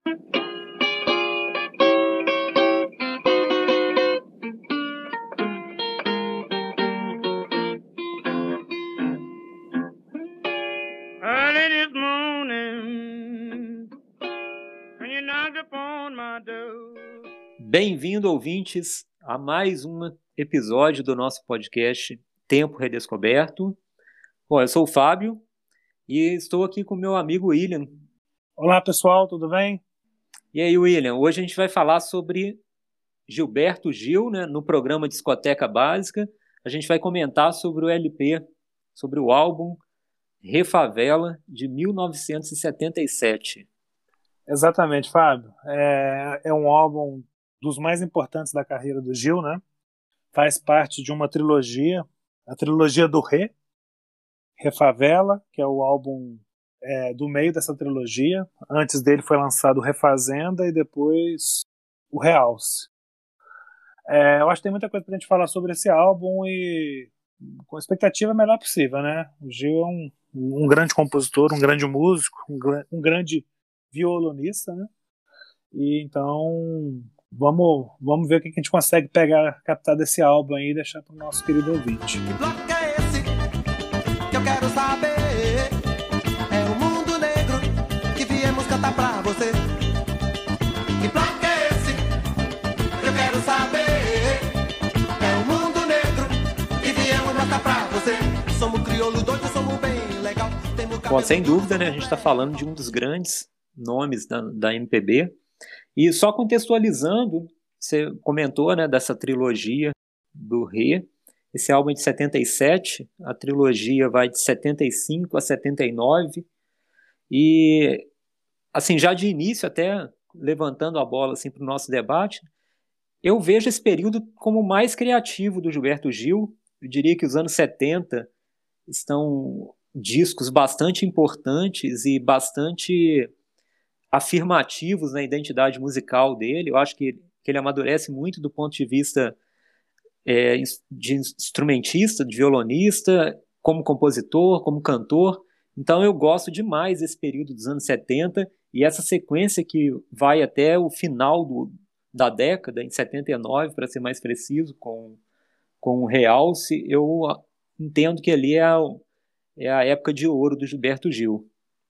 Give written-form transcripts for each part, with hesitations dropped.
Early this morning, when you knocked upon my door. Bem-vindo, ouvintes, a mais um episódio do nosso podcast Tempo Redescoberto. Bom, eu sou o Fábio e estou aqui com o meu amigo William. Olá, pessoal, tudo bem? E aí, William, hoje a gente vai falar sobre Gilberto Gil, né, no programa Discoteca Básica. A gente vai comentar sobre o LP, sobre o álbum Refavela, de 1977. Exatamente, Fábio. É um álbum dos mais importantes da carreira do Gil, né? Faz parte de uma trilogia, a trilogia do Refavela, que é o álbum do meio dessa trilogia. Antes dele foi lançado o Refazenda e depois o Realce. Eu acho que tem muita coisa pra gente falar sobre esse álbum e com a expectativa melhor possível, né? O Gil é um grande compositor, um grande músico, um grande violonista, né? E então vamos ver o que a gente consegue captar desse álbum aí e deixar para o nosso querido ouvinte. Que bloco é esse que eu quero saber? É o mundo negro que viemos cantar pra você. Que bloco é esse que eu quero saber? É o mundo negro que viemos cantar pra você. Somos crioulo doido, somos bem legal. Bom, sem dúvida, né? A gente está falando de um dos grandes nomes da MPB. E só contextualizando, você comentou, né, dessa trilogia do Rê. Esse álbum é de 77, a trilogia vai de 75 a 79. E, assim, já de início, até levantando a bola assim, para o nosso debate, eu vejo esse período como o mais criativo do Gilberto Gil. Eu diria que os anos 70 estão discos bastante importantes e bastante afirmativos na identidade musical dele. Eu acho que ele amadurece muito do ponto de vista de instrumentista, de violonista, como compositor, como cantor. Então eu gosto demais desse período dos anos 70 e essa sequência que vai até o final da década, em 79, para ser mais preciso, com o Realce. Eu entendo que ali é a época de ouro do Gilberto Gil.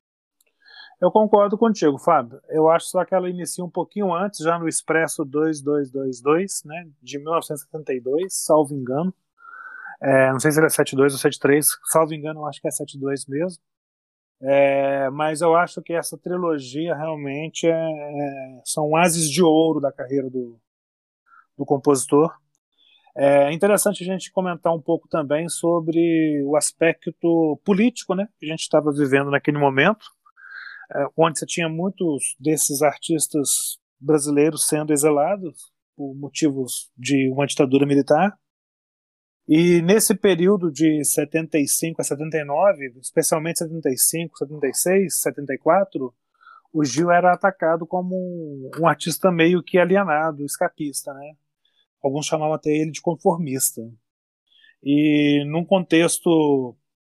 Eu concordo contigo, Fábio. Eu acho só que ela inicia um pouquinho antes, já no Expresso 2222, né, de 1972, salvo engano. Não sei se ele é 72 ou 73, salvo engano, eu acho que é 72 mesmo. Mas eu acho que essa trilogia realmente são ases de ouro da carreira do compositor. É interessante a gente comentar um pouco também sobre o aspecto político, né, que a gente estava vivendo naquele momento, onde você tinha muitos desses artistas brasileiros sendo exilados por motivos de uma ditadura militar. E nesse período de 75 a 79, especialmente 75, 76, 74, o Gil era atacado como um artista meio que alienado, escapista, né? Alguns chamavam até ele de conformista. E num contexto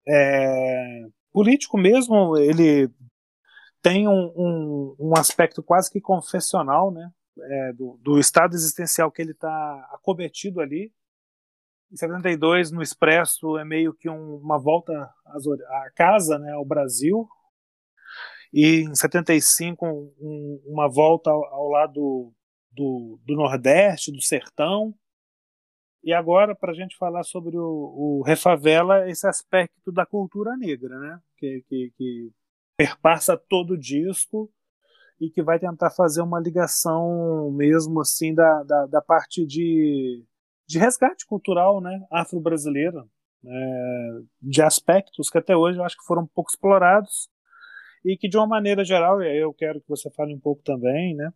político mesmo, ele tem um aspecto quase que confessional, né, do estado existencial que ele está acometido ali. Em 72, no Expresso, é meio que uma volta à casa, né, ao Brasil. E em 75, uma volta ao lado do Nordeste, do Sertão. E agora, para a gente falar sobre o Refavela, esse aspecto da cultura negra, né, que perpassa todo o disco e que vai tentar fazer uma ligação mesmo assim da parte de resgate cultural, né, afro-brasileiro, de aspectos que até hoje eu acho que foram um pouco explorados e que de uma maneira geral, eu quero que você fale um pouco também, né,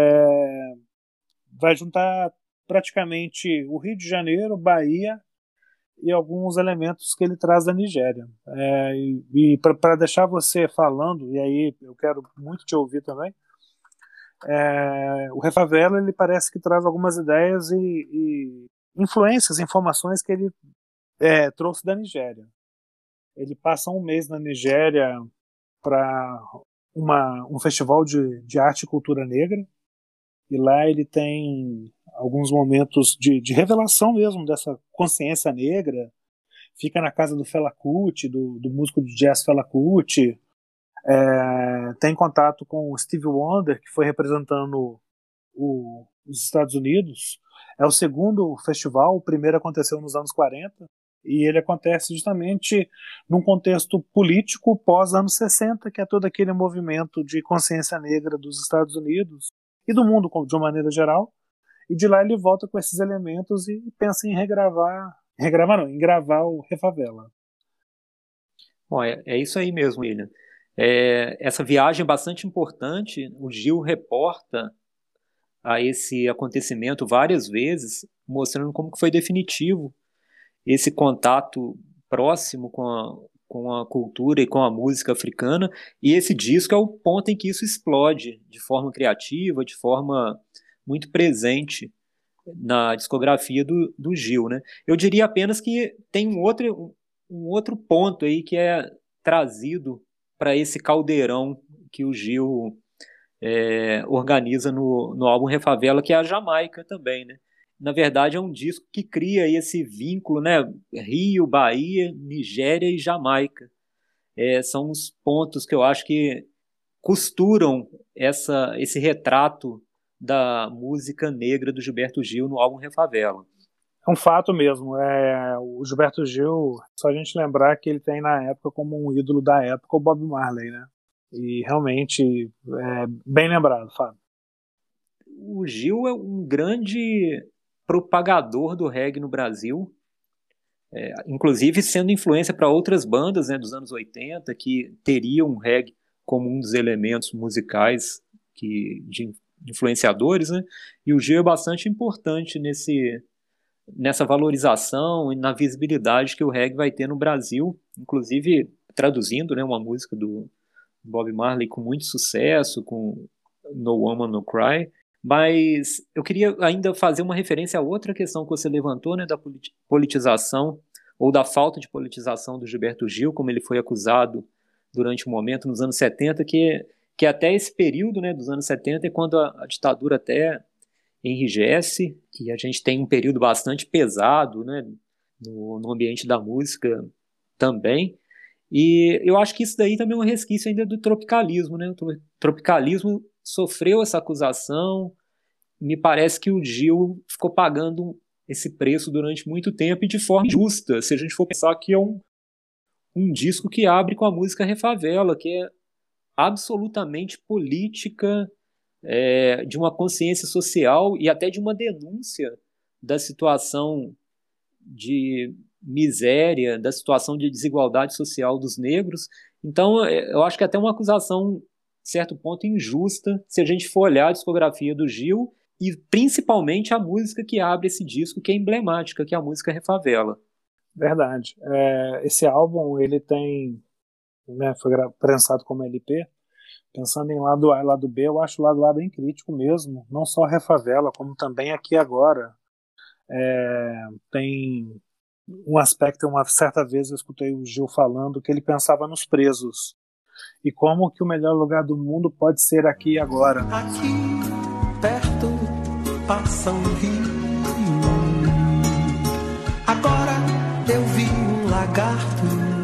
vai juntar praticamente o Rio de Janeiro, Bahia e alguns elementos que ele traz da Nigéria. E para deixar você falando, e aí eu quero muito te ouvir também, o Refavela, ele parece que traz algumas ideias e influências, informações que ele trouxe da Nigéria. Ele passa um mês na Nigéria para um festival de arte e cultura negra, e lá ele tem alguns momentos de revelação mesmo dessa consciência negra. Fica na casa do Fela Kuti, do músico de jazz Fela Kuti, tem contato com o Stevie Wonder, que foi representando os Estados Unidos. É o segundo festival, o primeiro aconteceu nos anos 40, e ele acontece justamente num contexto político pós-anos 60, que é todo aquele movimento de consciência negra dos Estados Unidos e do mundo de uma maneira geral, e de lá ele volta com esses elementos e pensa em em gravar o Refavela. Bom, é isso aí mesmo, William. Essa viagem é bastante importante. O Gil reporta a esse acontecimento várias vezes, mostrando como que foi definitivo esse contato próximo com a cultura e com a música africana, e esse disco é o ponto em que isso explode de forma criativa, de forma muito presente na discografia do Gil, né? Eu diria apenas que tem um outro ponto aí que é trazido para esse caldeirão que o Gil organiza no álbum Refavela, que é a Jamaica também, né? Na verdade, é um disco que cria esse vínculo, né? Rio, Bahia, Nigéria e Jamaica. São os pontos que eu acho que costuram esse retrato da música negra do Gilberto Gil no álbum Refavela. É um fato mesmo. O Gilberto Gil, só a gente lembrar que ele tem na época como um ídolo da época o Bob Marley, né? E realmente, bem lembrado, Fábio. O Gil é um grande propagador do reggae no Brasil, inclusive sendo influência para outras bandas, né, dos anos 80 que teriam o reggae como um dos elementos musicais de influenciadores, né? E o Gil é bastante importante nessa valorização e na visibilidade que o reggae vai ter no Brasil, inclusive traduzindo, né, uma música do Bob Marley com muito sucesso, com No Woman No Cry. Mas eu queria ainda fazer uma referência a outra questão que você levantou, né, da politização ou da falta de politização do Gilberto Gil, como ele foi acusado durante um momento nos anos 70, que até esse período, né, dos anos 70 é quando a ditadura até enrijece, e a gente tem um período bastante pesado, né, no ambiente da música também. E eu acho que isso daí também é um resquício ainda do tropicalismo, né? O tropicalismo sofreu essa acusação. Me parece que o Gil ficou pagando esse preço durante muito tempo e de forma injusta. Se a gente for pensar que é um disco que abre com a música Refavela, que é absolutamente política, de uma consciência social e até de uma denúncia da situação de miséria, da situação de desigualdade social dos negros. Então, eu acho que é até uma acusação, certo ponto, injusta, se a gente for olhar a discografia do Gil e principalmente a música que abre esse disco, que é emblemática, que é a música Refavela. Verdade. Esse álbum, ele tem, né, foi prensado como LP. Pensando em lado A e lado B, eu acho o lado A bem crítico mesmo, não só Refavela, como também Aqui Agora. Tem um aspecto, uma certa vez eu escutei o Gil falando que ele pensava nos presos e como que o melhor lugar do mundo pode ser aqui e agora. Aqui perto passa um rio. Agora eu vi um lagarto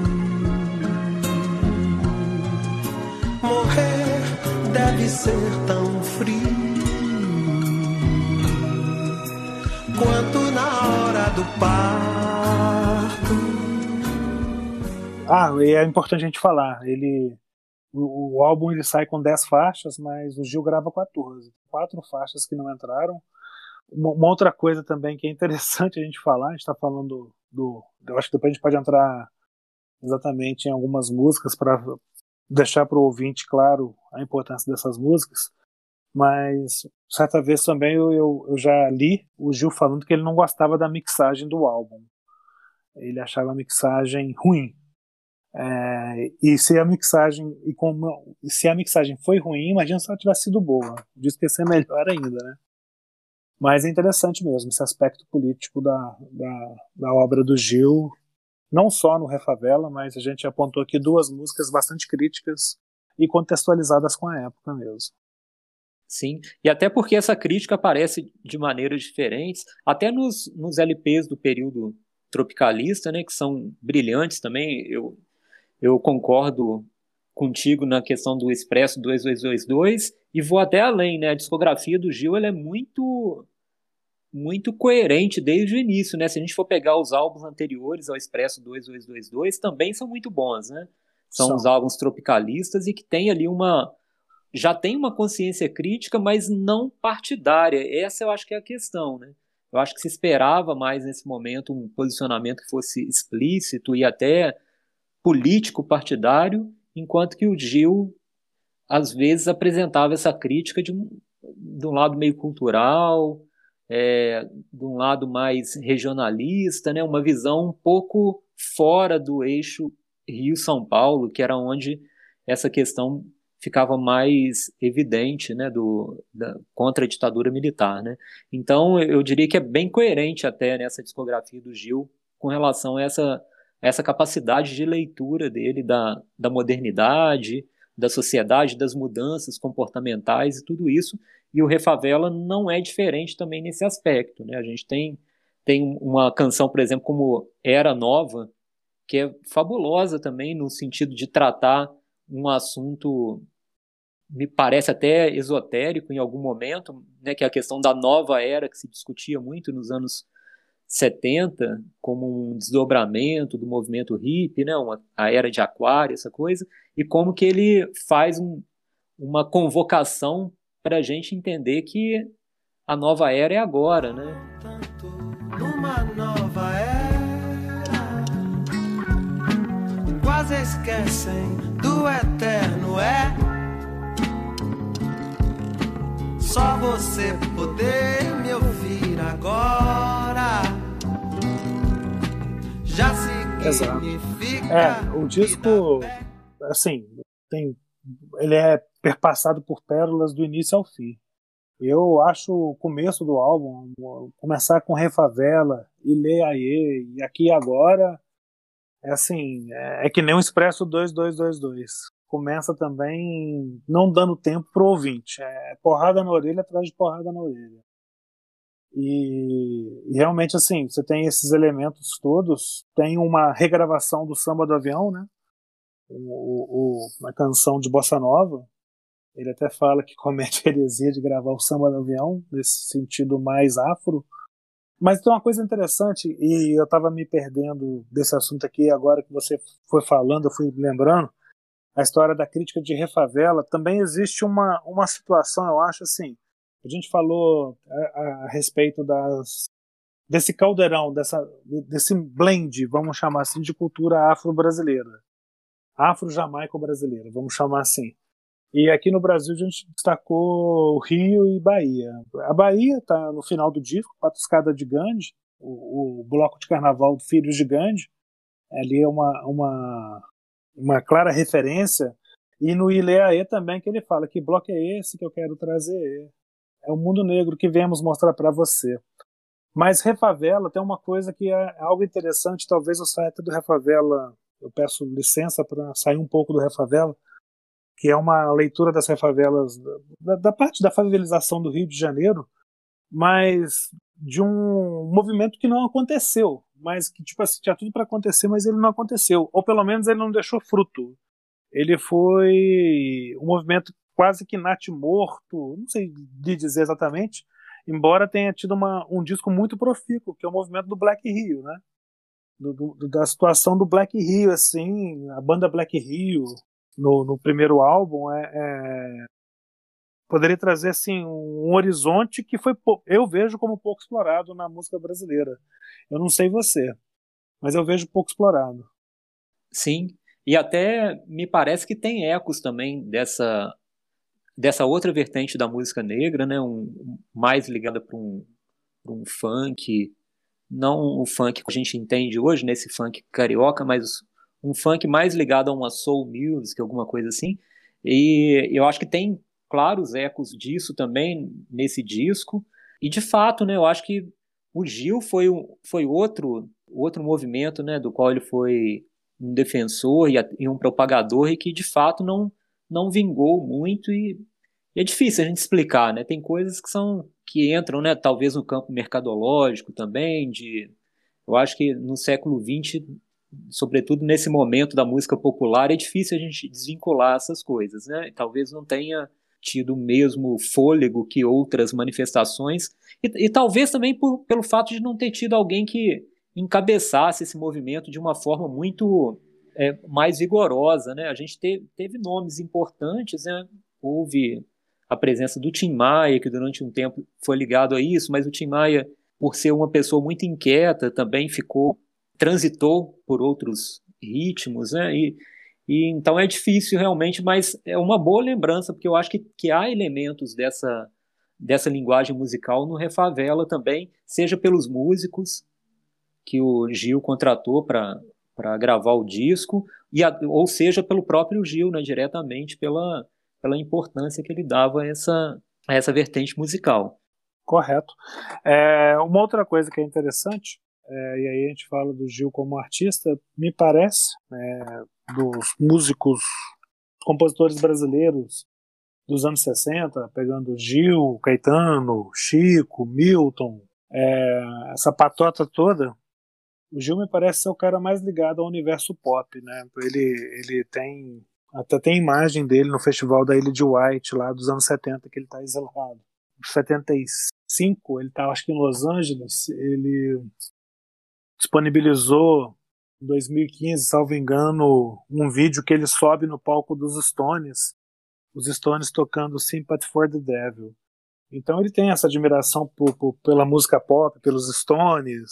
morrer, deve ser tão frio quanto na hora do parto. E é importante a gente falar, o álbum ele sai com 10 faixas, mas o Gil grava 14. 4 faixas que não entraram. Uma outra coisa também que é interessante a gente falar, a gente está falando eu acho que depois a gente pode entrar exatamente em algumas músicas para deixar para o ouvinte claro a importância dessas músicas, mas certa vez também eu já li o Gil falando que ele não gostava da mixagem do álbum. Ele achava a mixagem ruim. E se a mixagem foi ruim, imagina se ela tivesse sido boa. Diz que ia ser melhor ainda, né? Mas é interessante mesmo esse aspecto político da obra do Gil, não só no Refavela, mas a gente apontou aqui 2 músicas bastante críticas e contextualizadas com a época mesmo. Sim, e até porque essa crítica aparece de maneiras diferentes, até nos LPs do período tropicalista, né, que são brilhantes também. Eu concordo contigo na questão do Expresso 2222 e vou até além, né? A discografia do Gil ela é muito coerente desde o início, né? Se a gente for pegar os álbuns anteriores ao Expresso 2222, também são muito bons, né? São os álbuns tropicalistas e que tem ali já tem uma consciência crítica, mas não partidária. Essa eu acho que é a questão, né? Eu acho que se esperava mais nesse momento um posicionamento que fosse explícito e até político partidário, enquanto que o Gil às vezes apresentava essa crítica de um lado meio cultural, de um lado mais regionalista, né? Uma visão um pouco fora do eixo Rio-São Paulo, que era onde essa questão ficava mais evidente, né, contra a ditadura militar, né? Então eu diria que é bem coerente até nessa discografia do Gil com relação a essa capacidade de leitura dele da modernidade, da sociedade, das mudanças comportamentais e tudo isso. E o Refavela não é diferente também nesse aspecto, né? A gente tem uma canção, por exemplo, como Era Nova, que é fabulosa também no sentido de tratar um assunto, me parece até esotérico em algum momento, né, que é a questão da nova era que se discutia muito nos anos 70, como um desdobramento do movimento hippie, né, a era de Aquário, essa coisa, e como que ele faz uma convocação para a gente entender que a nova era é agora, né? Numa nova era, quase esquecem do eterno só você poder me ouvir agora já significa. O disco, assim, ele é perpassado por pérolas do início ao fim. Eu acho o começo do álbum, começar com Refavela e Lê Aie e Aqui e Agora, é que nem um Expresso 2222. Começa também não dando tempo pro ouvinte. É porrada na orelha atrás de porrada na orelha. E realmente, assim, você tem esses elementos todos. Tem uma regravação do Samba do Avião, né? Uma canção de Bossa Nova. Ele até fala que comete a heresia de gravar o Samba do Avião, nesse sentido mais afro. Mas tem uma coisa interessante, e eu estava me perdendo desse assunto aqui, agora que você foi falando, eu fui lembrando, a história da crítica de Refavela. Também existe uma situação, eu acho, assim, a gente falou a respeito desse caldeirão, desse blend, vamos chamar assim, de cultura afro-brasileira, afro-jamaico-brasileira, vamos chamar assim. E aqui no Brasil a gente destacou Rio e Bahia. A Bahia está no final do disco, Patuscada de Gandhi, o bloco de carnaval do Filhos de Gandhi. Ali é uma clara referência. E no Ileaê também, que ele fala: que bloco é esse que eu quero trazer? É o mundo negro que viemos mostrar para você. Mas Refavela tem uma coisa que é algo interessante, talvez eu saia do Refavela, eu peço licença para sair um pouco do Refavela, que é uma leitura das refavelas, da parte da favelização do Rio de Janeiro, mas de um movimento que não aconteceu, mas que tipo assim, tinha tudo para acontecer, mas ele não aconteceu, ou pelo menos ele não deixou fruto. Ele foi um movimento quase que natimorto, não sei de dizer exatamente, embora tenha tido um disco muito profícuo, que é o movimento do Black Rio, né? Da situação do Black Rio, assim, a banda Black Rio no primeiro álbum poderia trazer assim um horizonte que eu vejo como pouco explorado na música brasileira. Eu não sei você, mas eu vejo pouco explorado. Sim, e até me parece que tem ecos também dessa outra vertente da música negra, né? Mais ligada para um funk, não o funk que a gente entende hoje, nesse funk carioca, mas um funk mais ligado a uma soul music, alguma coisa assim. E eu acho que tem claros ecos disso também nesse disco. E de fato, né, eu acho que o Gil foi outro movimento, né, do qual ele foi um defensor e um propagador, e que de fato não vingou muito e é difícil a gente explicar, né? Tem coisas que entram, né, talvez no campo mercadológico também, eu acho que no século XX, sobretudo nesse momento da música popular, é difícil a gente desvincular essas coisas, né? Talvez não tenha tido o mesmo fôlego que outras manifestações, e talvez também pelo fato de não ter tido alguém que encabeçasse esse movimento de uma forma muito mais vigorosa, né? A gente teve nomes importantes, né? Houve a presença do Tim Maia, que durante um tempo foi ligado a isso, mas o Tim Maia, por ser uma pessoa muito inquieta, também transitou por outros ritmos, né? E então é difícil realmente, mas é uma boa lembrança, porque eu acho que há elementos dessa linguagem musical no Refavela também, seja pelos músicos que o Gil contratou para gravar o disco, ou seja pelo próprio Gil, né, diretamente pela importância que ele dava a essa vertente musical. Correto. Uma outra coisa que é interessante, e aí a gente fala do Gil como artista, me parece, dos músicos, compositores brasileiros dos anos 60, pegando Gil, Caetano, Chico, Milton, essa patota toda, o Gil me parece ser o cara mais ligado ao universo pop, né? Ele até tem imagem dele no festival da Ilha de White, lá dos anos 70, que ele está exilado. Em 75, ele estava, acho que em Los Angeles, ele disponibilizou, em 2015, salvo engano, um vídeo que ele sobe no palco dos Stones, os Stones tocando Sympathy for the Devil. Então ele tem essa admiração pela música pop, pelos Stones,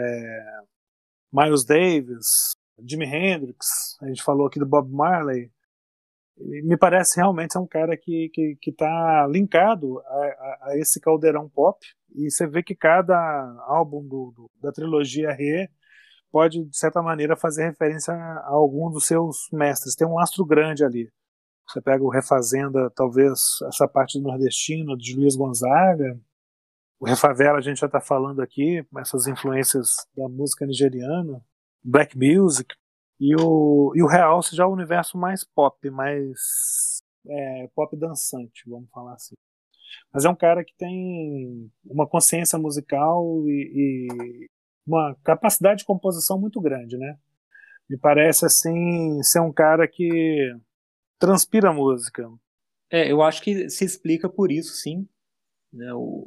Miles Davis, Jimi Hendrix, a gente falou aqui do Bob Marley. Me parece realmente ser um cara que está linkado a esse caldeirão pop, e você vê que cada álbum da trilogia Rê pode, de certa maneira, fazer referência a algum dos seus mestres. Tem um lastro grande ali. Você pega o Refazenda, talvez essa parte do nordestino, de Luiz Gonzaga. O Refavela, a gente já está falando aqui, essas influências da música nigeriana, black music. E o Realce já é o universo mais pop, mais pop dançante, vamos falar assim. Mas é um cara que tem uma consciência musical e uma capacidade de composição muito grande, né? Me parece, assim, ser um cara que transpira a música. Eu acho que se explica por isso, sim, né,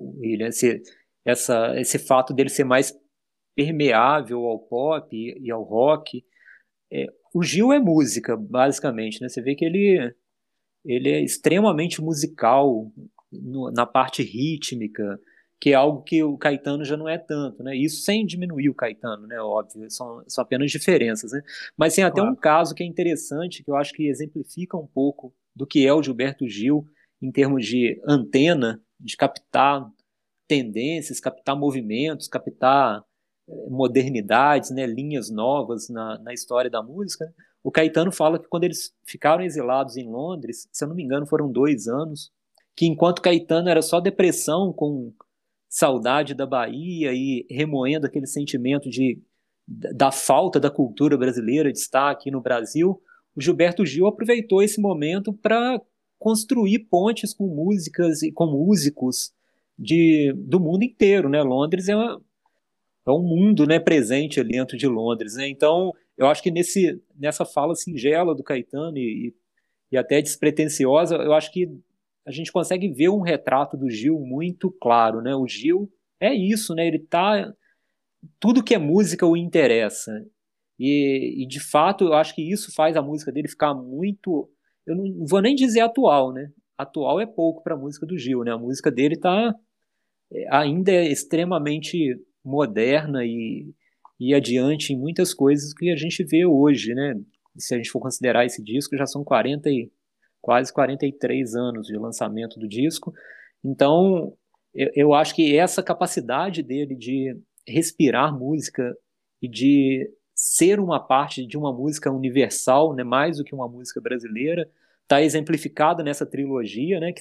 esse fato dele ser mais permeável ao pop e ao rock. O Gil é música, basicamente, né? Você vê que ele é extremamente musical na parte rítmica, que é algo que o Caetano já não é tanto, né? Isso sem diminuir o Caetano, né? Óbvio, são apenas diferenças, né? Mas tem até um caso que é interessante, que eu acho que exemplifica um pouco do que é o Gilberto Gil em termos de antena, de captar tendências, captar movimentos, captar modernidades, né, linhas novas na história da música. O Caetano fala que quando eles ficaram exilados em Londres, se eu não me engano foram 2 anos, que enquanto Caetano era só depressão com saudade da Bahia e remoendo aquele sentimento da falta da cultura brasileira de estar aqui no Brasil, o Gilberto Gil aproveitou esse momento para construir pontes com músicas e com músicos do mundo inteiro, né? Londres é um mundo, né, presente ali dentro de Londres, né? Então, eu acho que nessa fala singela do Caetano e até despretensiosa, eu acho que a gente consegue ver um retrato do Gil muito claro, né? O Gil é isso, né? Tudo que é música o interessa. E de fato, eu acho que isso faz a música dele ficar muito, eu não vou nem dizer atual, né? Atual é pouco para a música do Gil, né? A música dele ainda é extremamente moderna e adiante em muitas coisas que a gente vê hoje, né? Se a gente for considerar esse disco, já são quase 43 anos de lançamento do disco. Então, eu acho que essa capacidade dele de respirar música e de ser uma parte de uma música universal, né, mais do que uma música brasileira, está exemplificada nessa trilogia, né, que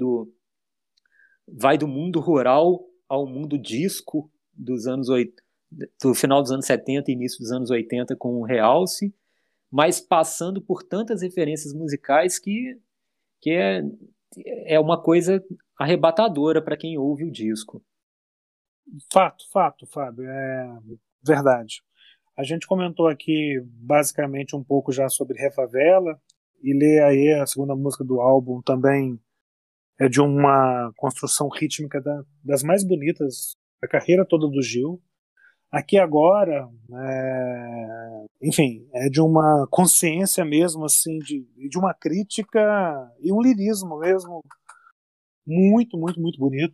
vai do mundo rural ao mundo disco do final dos anos 70 e início dos anos 80 com o Realce, mas passando por tantas referências musicais que que é uma coisa arrebatadora para quem ouve o disco. Fato, Fábio, é verdade. A gente comentou aqui basicamente um pouco já sobre Refavela, e ler aí a segunda música do álbum também é de uma construção rítmica das mais bonitas da carreira toda do Gil. Aqui agora, enfim, é de uma consciência mesmo, assim, de uma crítica e um lirismo mesmo muito, muito, muito bonito.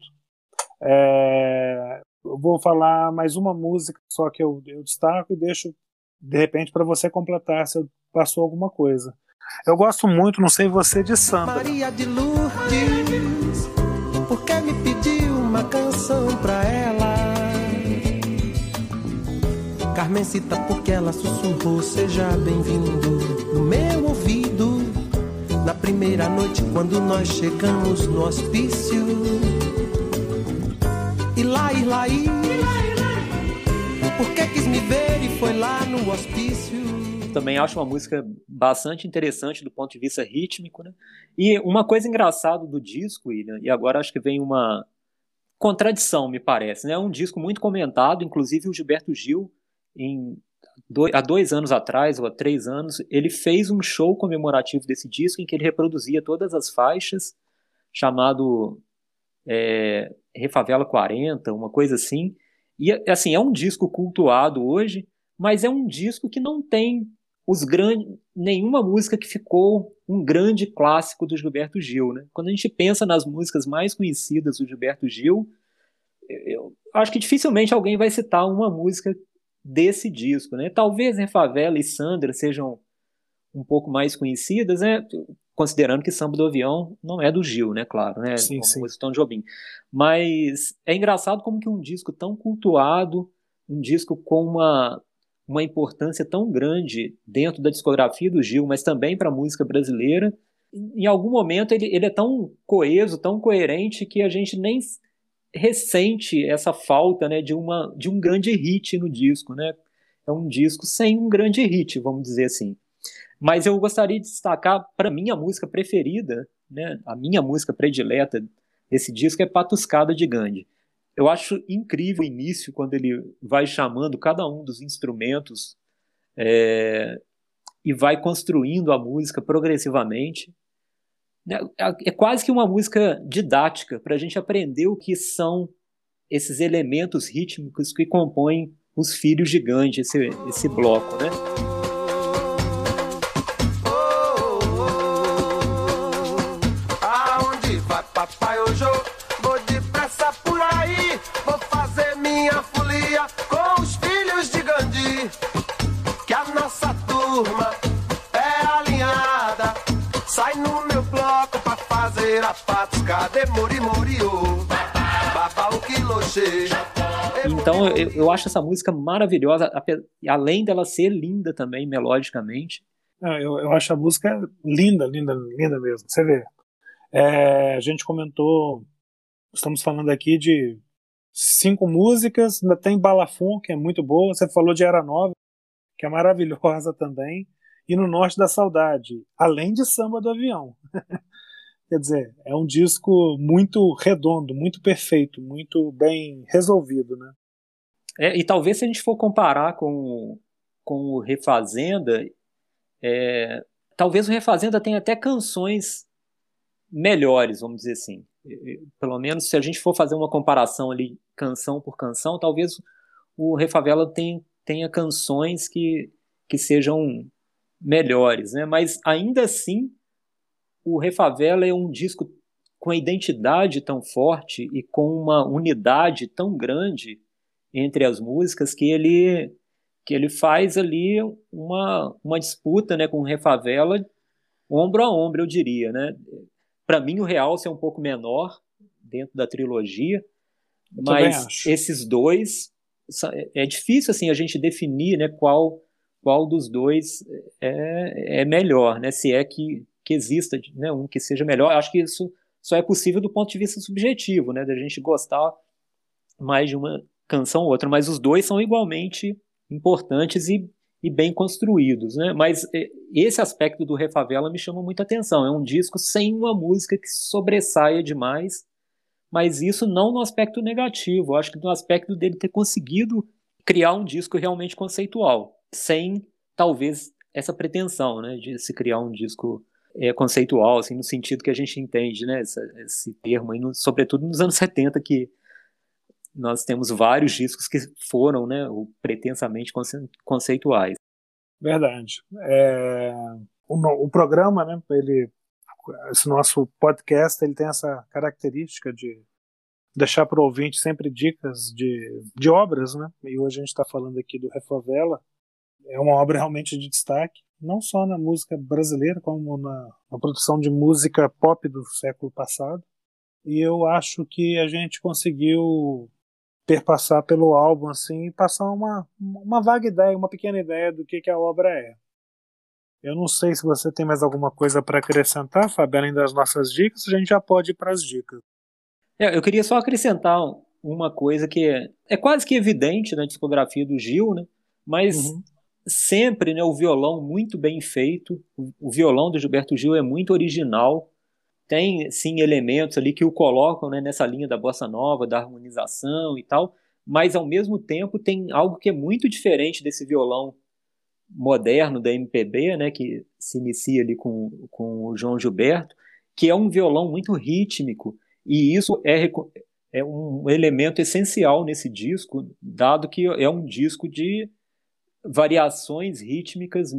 Eu vou falar mais uma música só que eu destaco e deixo, de repente, para você completar se passou alguma coisa. Eu gosto muito, não sei você, de Sandra. Maria de Lourdes, por que me pediu uma canção pra ela? Carmencita, porque ela sussurrou, seja bem-vindo no meu ouvido. Na primeira noite, quando nós chegamos no hospício. Ilaí, por que quis me ver e foi lá no hospício? Também acho uma música bastante interessante do ponto de vista rítmico, né? E uma coisa engraçada do disco, William, e agora acho que vem uma contradição, me parece, né? É um disco muito comentado, inclusive o Gilberto Gil, há 2 anos atrás, ou há 3 anos, ele fez um show comemorativo desse disco em que ele reproduzia todas as faixas, chamado Refavela 40, uma coisa assim. E assim, é um disco cultuado hoje, mas é um disco que não tem nenhuma música que ficou um grande clássico do Gilberto Gil, né? Quando a gente pensa nas músicas mais conhecidas do Gilberto Gil, eu acho que dificilmente alguém vai citar uma música desse disco, né? Talvez Refavela e Sandra sejam um pouco mais conhecidas, né? Considerando que Samba do Avião não é do Gil, né? Claro, né? Sim, uma sim. música do Tom Jobim. Mas é engraçado como que um disco tão cultuado, um disco com uma importância tão grande dentro da discografia do Gil, mas também para a música brasileira, em algum momento ele é tão coeso, tão coerente, que a gente nem ressente essa falta, né, de um grande hit no disco, né? É um disco sem um grande hit, vamos dizer assim. Mas eu gostaria de destacar, para mim, a música preferida, né, a minha música predileta desse disco é Patuscada de Gandhi. Eu acho incrível o início, quando ele vai chamando cada um dos instrumentos e vai construindo a música progressivamente. É quase que uma música didática, para a gente aprender o que são esses elementos rítmicos que compõem os Filhos de Gandhi, esse bloco, né? Aonde vai papai hoje? Vou depressa por aí, vou fazer minha folia com os Filhos de Gandhi. Que a nossa turma é alinhada, sai no meu bloco pra fazer a patuscada. Mori, baba o quiloche. Então eu acho essa música maravilhosa, além dela ser linda também, melodicamente. Eu acho a música linda mesmo. Você vê, a gente comentou, estamos falando aqui de 5 músicas, ainda tem Balafon, que é muito boa, você falou de Era Nova, que é maravilhosa também, e No Norte da Saudade, além de Samba do Avião. Quer dizer, é um disco muito redondo, muito perfeito, muito bem resolvido, né? E talvez se a gente for comparar com o Refazenda, talvez o Refazenda tenha até canções melhores, vamos dizer assim. Pelo menos se a gente for fazer uma comparação ali, canção por canção, talvez o Refavela tenha canções que sejam melhores, né? Mas ainda assim, o Refavela é um disco com a identidade tão forte e com uma unidade tão grande entre as músicas que ele faz ali uma disputa, né, com o Refavela ombro a ombro, eu diria, né? Para mim o Realce é um pouco menor dentro da trilogia, mas esses dois é difícil assim a gente definir, né, qual dos dois é melhor, né? Se é que exista, né, um que seja melhor. Acho que isso só é possível do ponto de vista subjetivo, né, da gente gostar mais de uma canção ou outra, mas os dois são igualmente importantes e e bem construídos, né? Mas esse aspecto do Refavela me chama muita atenção. É um disco sem uma música que sobressaia demais, mas isso não no aspecto negativo. Eu acho que no aspecto dele ter conseguido criar um disco realmente conceitual, sem talvez essa pretensão, né, de se criar um disco conceitual, assim, no sentido que a gente entende, né, esse termo aí, sobretudo nos anos 70, que nós temos vários discos que foram, né, pretensamente conceituais. Verdade. O programa, né, esse nosso podcast, ele tem essa característica de deixar para o ouvinte sempre dicas de obras, né? E hoje a gente está falando aqui do Refavela. É uma obra realmente de destaque, não só na música brasileira, como na produção de música pop do século passado. E eu acho que a gente conseguiu perpassar pelo álbum assim, e passar uma vaga ideia, uma pequena ideia do que a obra é. Eu não sei se você tem mais alguma coisa para acrescentar, Fábio, além das nossas dicas, a gente já pode ir para as dicas. Eu queria só acrescentar uma coisa que é quase que evidente na discografia do Gil, né? Mas sempre, né, o violão muito bem feito, o violão do Gilberto Gil é muito original, tem sim elementos ali que o colocam, né, nessa linha da bossa nova, da harmonização e tal, mas ao mesmo tempo tem algo que é muito diferente desse violão moderno da MPB, né, que se inicia ali com o João Gilberto, que é um violão muito rítmico, e isso é um elemento essencial nesse disco, dado que é um disco de variações rítmicas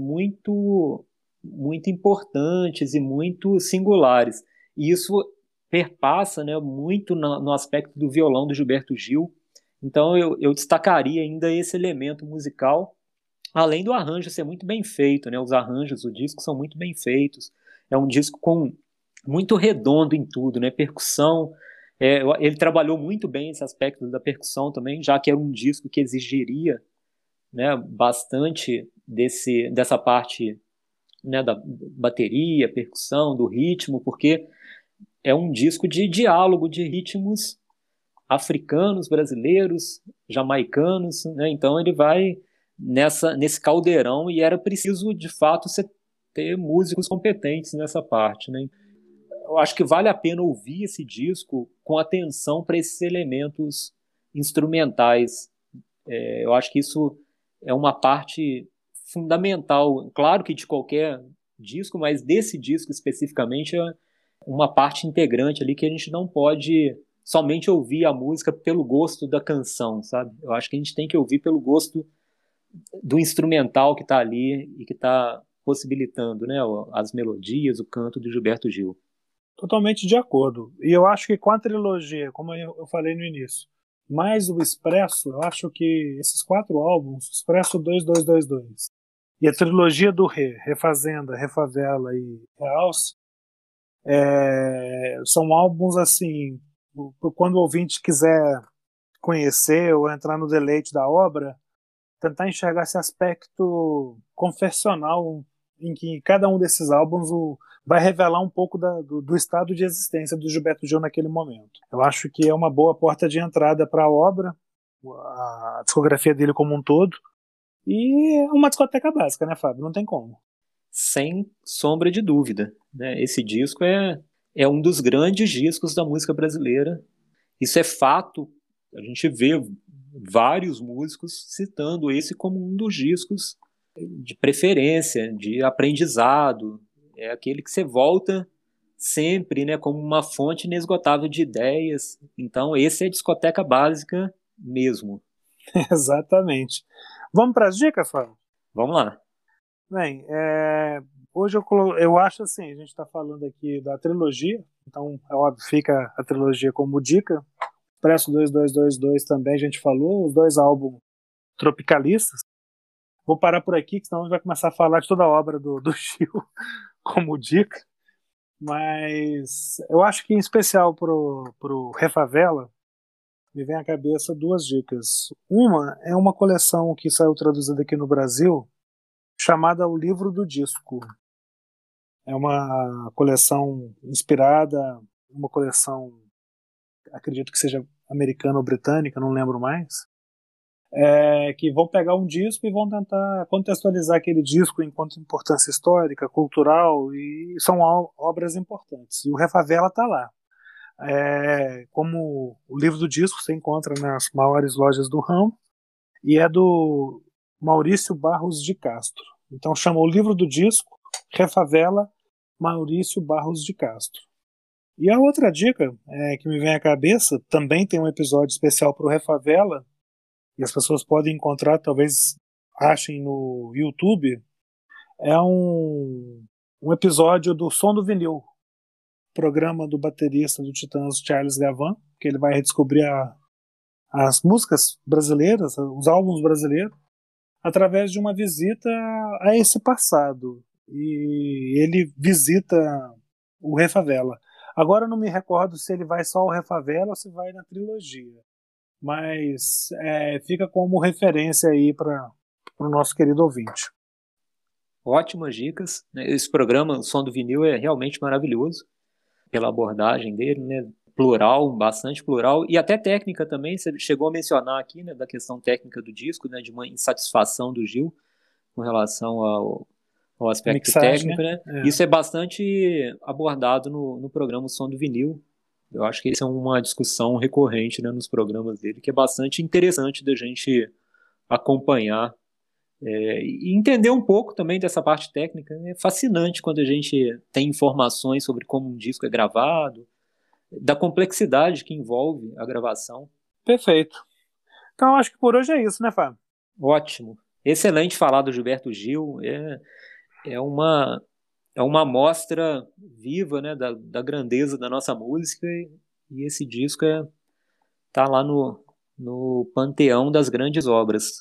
muito importantes e muito singulares. E isso perpassa, né, muito no aspecto do violão do Gilberto Gil. Então eu destacaria ainda esse elemento musical, além do arranjo ser muito bem feito, né? Os arranjos do disco são muito bem feitos. É um disco muito redondo em tudo, né? Percussão. Ele trabalhou muito bem esse aspecto da percussão também, já que era um disco que exigiria, né, bastante dessa parte, né, da bateria, percussão, do ritmo, porque é um disco de diálogo de ritmos africanos, brasileiros, jamaicanos, né? Então ele vai nesse caldeirão e era preciso, de fato, você ter músicos competentes nessa parte, né? Eu acho que vale a pena ouvir esse disco com atenção para esses elementos instrumentais. Eu acho que isso é uma parte fundamental, claro que de qualquer disco, mas desse disco especificamente é uma parte integrante ali que a gente não pode somente ouvir a música pelo gosto da canção, sabe? Eu acho que a gente tem que ouvir pelo gosto do instrumental que está ali e que está possibilitando, né, as melodias, o canto do Gilberto Gil. Totalmente de acordo. E eu acho que com a trilogia, como eu falei no início, mais o Expresso, eu acho que esses 4 álbuns, Expresso 2222 e a trilogia do Refazenda, Refavela e Realce, são álbuns assim, quando o ouvinte quiser conhecer ou entrar no deleite da obra, tentar enxergar esse aspecto confessional em que cada um desses álbuns vai revelar um pouco do estado de existência do Gilberto Gil naquele momento. Eu acho que é uma boa porta de entrada para a obra, a discografia dele como um todo, e é uma discoteca básica, né, Fábio? Não tem como. Sem sombra de dúvida, né? Esse disco é um dos grandes discos da música brasileira. Isso é fato. A gente vê vários músicos citando esse como um dos discos de preferência, de aprendizado. É aquele que você volta sempre, né, como uma fonte inesgotável de ideias. Então, esse é a discoteca básica mesmo. Exatamente. Vamos para as dicas, Fábio? Vamos lá. Bem, hoje eu acho assim, a gente está falando aqui da trilogia, então é óbvio, fica a trilogia como dica. Expresso 2222 também a gente falou, os 2 álbuns tropicalistas. Vou parar por aqui, senão a gente vai começar a falar de toda a obra do Gil como dica. Mas eu acho que em especial pro Refavela me vem à cabeça 2 dicas. Uma é uma coleção que saiu traduzida aqui no Brasil, chamada O Livro do Disco. É uma coleção inspirada, uma coleção, acredito que seja americana ou britânica, não lembro mais, que vão pegar um disco e vão tentar contextualizar aquele disco enquanto importância histórica, cultural, e são obras importantes. E o Refavela está lá. Como o livro do disco você encontra nas maiores lojas do ramo, e é do Maurício Barros de Castro. Então chama o livro do disco Refavela, Maurício Barros de Castro. E a outra dica que me vem à cabeça, também tem um episódio especial para o Refavela, e as pessoas podem encontrar, talvez achem no YouTube, é um episódio do Som do Vinil, programa do baterista do Titãs, Charles Gavan, que ele vai redescobrir as músicas brasileiras, os álbuns brasileiros, através de uma visita a esse passado. E ele visita o Refavela. Agora eu não me recordo se ele vai só ao Refavela ou se vai na trilogia. Mas fica como referência aí para o nosso querido ouvinte. Ótimas dicas. Esse programa, o Som do Vinil, é realmente maravilhoso pela abordagem dele, né? Plural, bastante plural, e até técnica também. Você chegou a mencionar aqui, né, da questão técnica do disco, né, de uma insatisfação do Gil com relação ao aspecto mixagem, técnico, né? Isso é bastante abordado no programa O Som do Vinil. Eu acho que isso é uma discussão recorrente, né, nos programas dele, que é bastante interessante da gente acompanhar e entender um pouco também dessa parte técnica. É fascinante quando a gente tem informações sobre como um disco é gravado, da complexidade que envolve a gravação. Perfeito. Então acho que por hoje é isso, né, Fábio? Ótimo. Excelente falar do Gilberto Gil. É uma amostra viva, né, da grandeza da nossa música, e esse disco tá lá no panteão das grandes obras.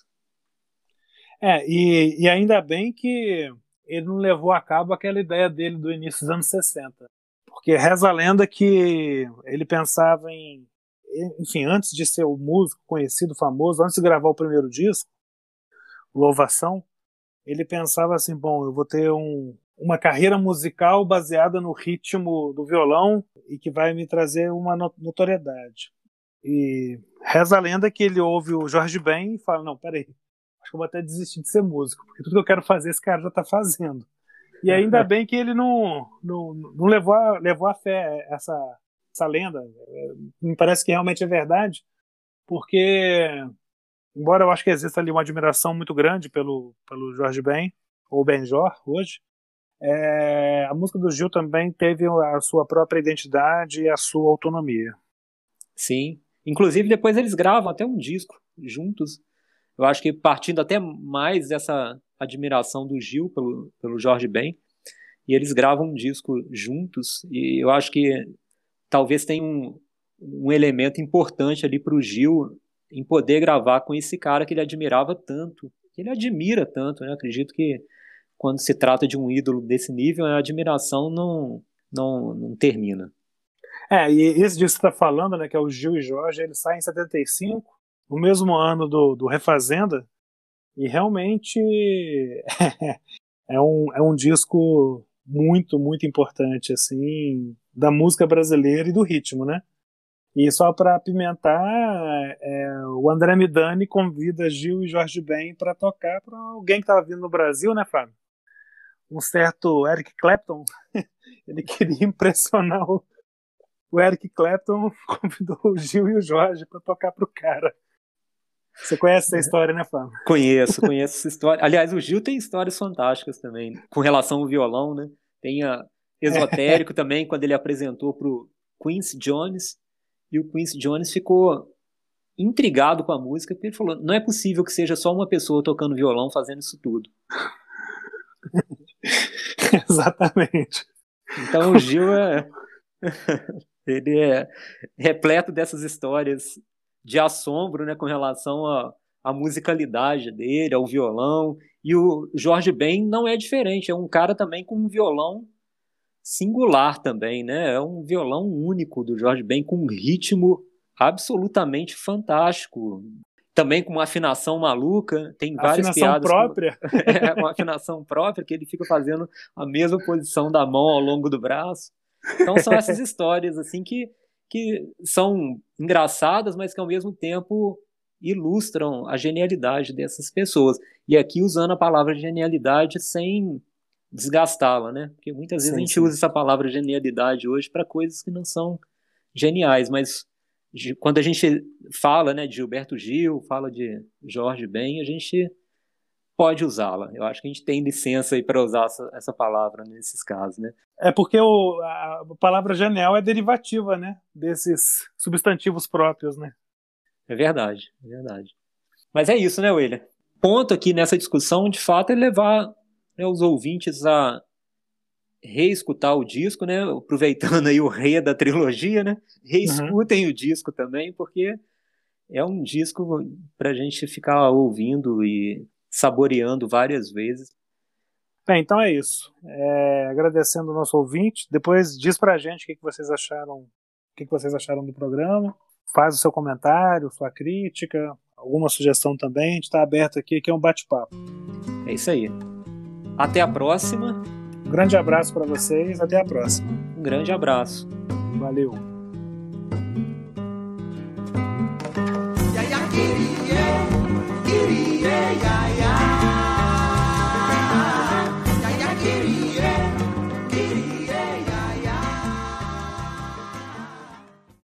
E ainda bem que ele não levou a cabo aquela ideia dele do início dos anos 60. Porque reza a lenda que ele pensava enfim, antes de ser o músico conhecido, famoso, antes de gravar o primeiro disco, Louvação, ele pensava assim, bom, eu vou ter uma carreira musical baseada no ritmo do violão e que vai me trazer uma notoriedade. E reza a lenda que ele ouve o Jorge Ben e fala, não, peraí, acho que eu vou até desistir de ser músico, porque tudo que eu quero fazer esse cara já está fazendo. E ainda bem que ele não levou a fé essa lenda. Me parece que realmente é verdade, porque embora eu acho que exista ali uma admiração muito grande pelo Jorge Ben, ou Benjor hoje, a música do Gil também teve a sua própria identidade e a sua autonomia. Sim, inclusive depois eles gravam até um disco juntos. Eu acho que partindo até mais dessa admiração do Gil pelo Jorge Ben, e eles gravam um disco juntos, e eu acho que talvez tenha um elemento importante ali para o Gil em poder gravar com esse cara que ele admirava tanto, que ele admira tanto, né? Acredito que quando se trata de um ídolo desse nível, a admiração não termina. E esse disco que você está falando, né, que é o Gil e Jorge, ele sai em 75, no mesmo ano do Refazenda, e realmente é um disco muito, muito importante, assim, da música brasileira e do ritmo, né? E só para apimentar, o André Midani convida Gil e Jorge Ben para tocar para alguém que estava vindo no Brasil, né, Fábio? Um certo Eric Clapton. Ele queria impressionar o Eric Clapton, convidou o Gil e o Jorge para tocar pro cara. Você conhece essa história, né, Fábio? Conheço essa história. Aliás, o Gil tem histórias fantásticas também, com relação ao violão, né? Tem a Esotérico também, quando ele apresentou pro Quincy Jones, e o Quincy Jones ficou intrigado com a música, porque ele falou, não é possível que seja só uma pessoa tocando violão fazendo isso tudo. Exatamente. Então o Gil ele é repleto dessas histórias de assombro, né, com relação à musicalidade dele, ao violão. E o Jorge Ben não é diferente, é um cara também com um violão singular também, né? É um violão único do Jorge Ben, com um ritmo absolutamente fantástico. Também com uma afinação maluca, tem várias piadas. Própria. Uma afinação própria, que ele fica fazendo a mesma posição da mão ao longo do braço. Então são essas histórias assim que são engraçadas, mas que ao mesmo tempo ilustram a genialidade dessas pessoas. E aqui usando a palavra genialidade sem desgastá-la, né? Porque muitas vezes a gente usa essa palavra genialidade hoje para coisas que não são geniais, mas quando a gente fala, né, de Gilberto Gil, fala de Jorge Ben, a gente pode usá-la. Eu acho que a gente tem licença aí para usar essa palavra nesses casos, né? É porque a palavra genial é derivativa, né, desses substantivos próprios, né? É verdade, é verdade. Mas é isso, né, William? Ponto aqui nessa discussão, de fato, é levar, né, os ouvintes a reescutar o disco, né? Aproveitando aí o rei da trilogia, né? Reescutem o disco também, porque é um disco para a gente ficar ouvindo e saboreando várias vezes. Bem, então é isso. Agradecendo o nosso ouvinte. Depois diz pra gente o que vocês acharam do programa. Faz o seu comentário, sua crítica, alguma sugestão também. A gente está aberto aqui é um bate-papo. É isso aí. Até a próxima. Um grande abraço para vocês. Até a próxima. Um grande abraço. Valeu.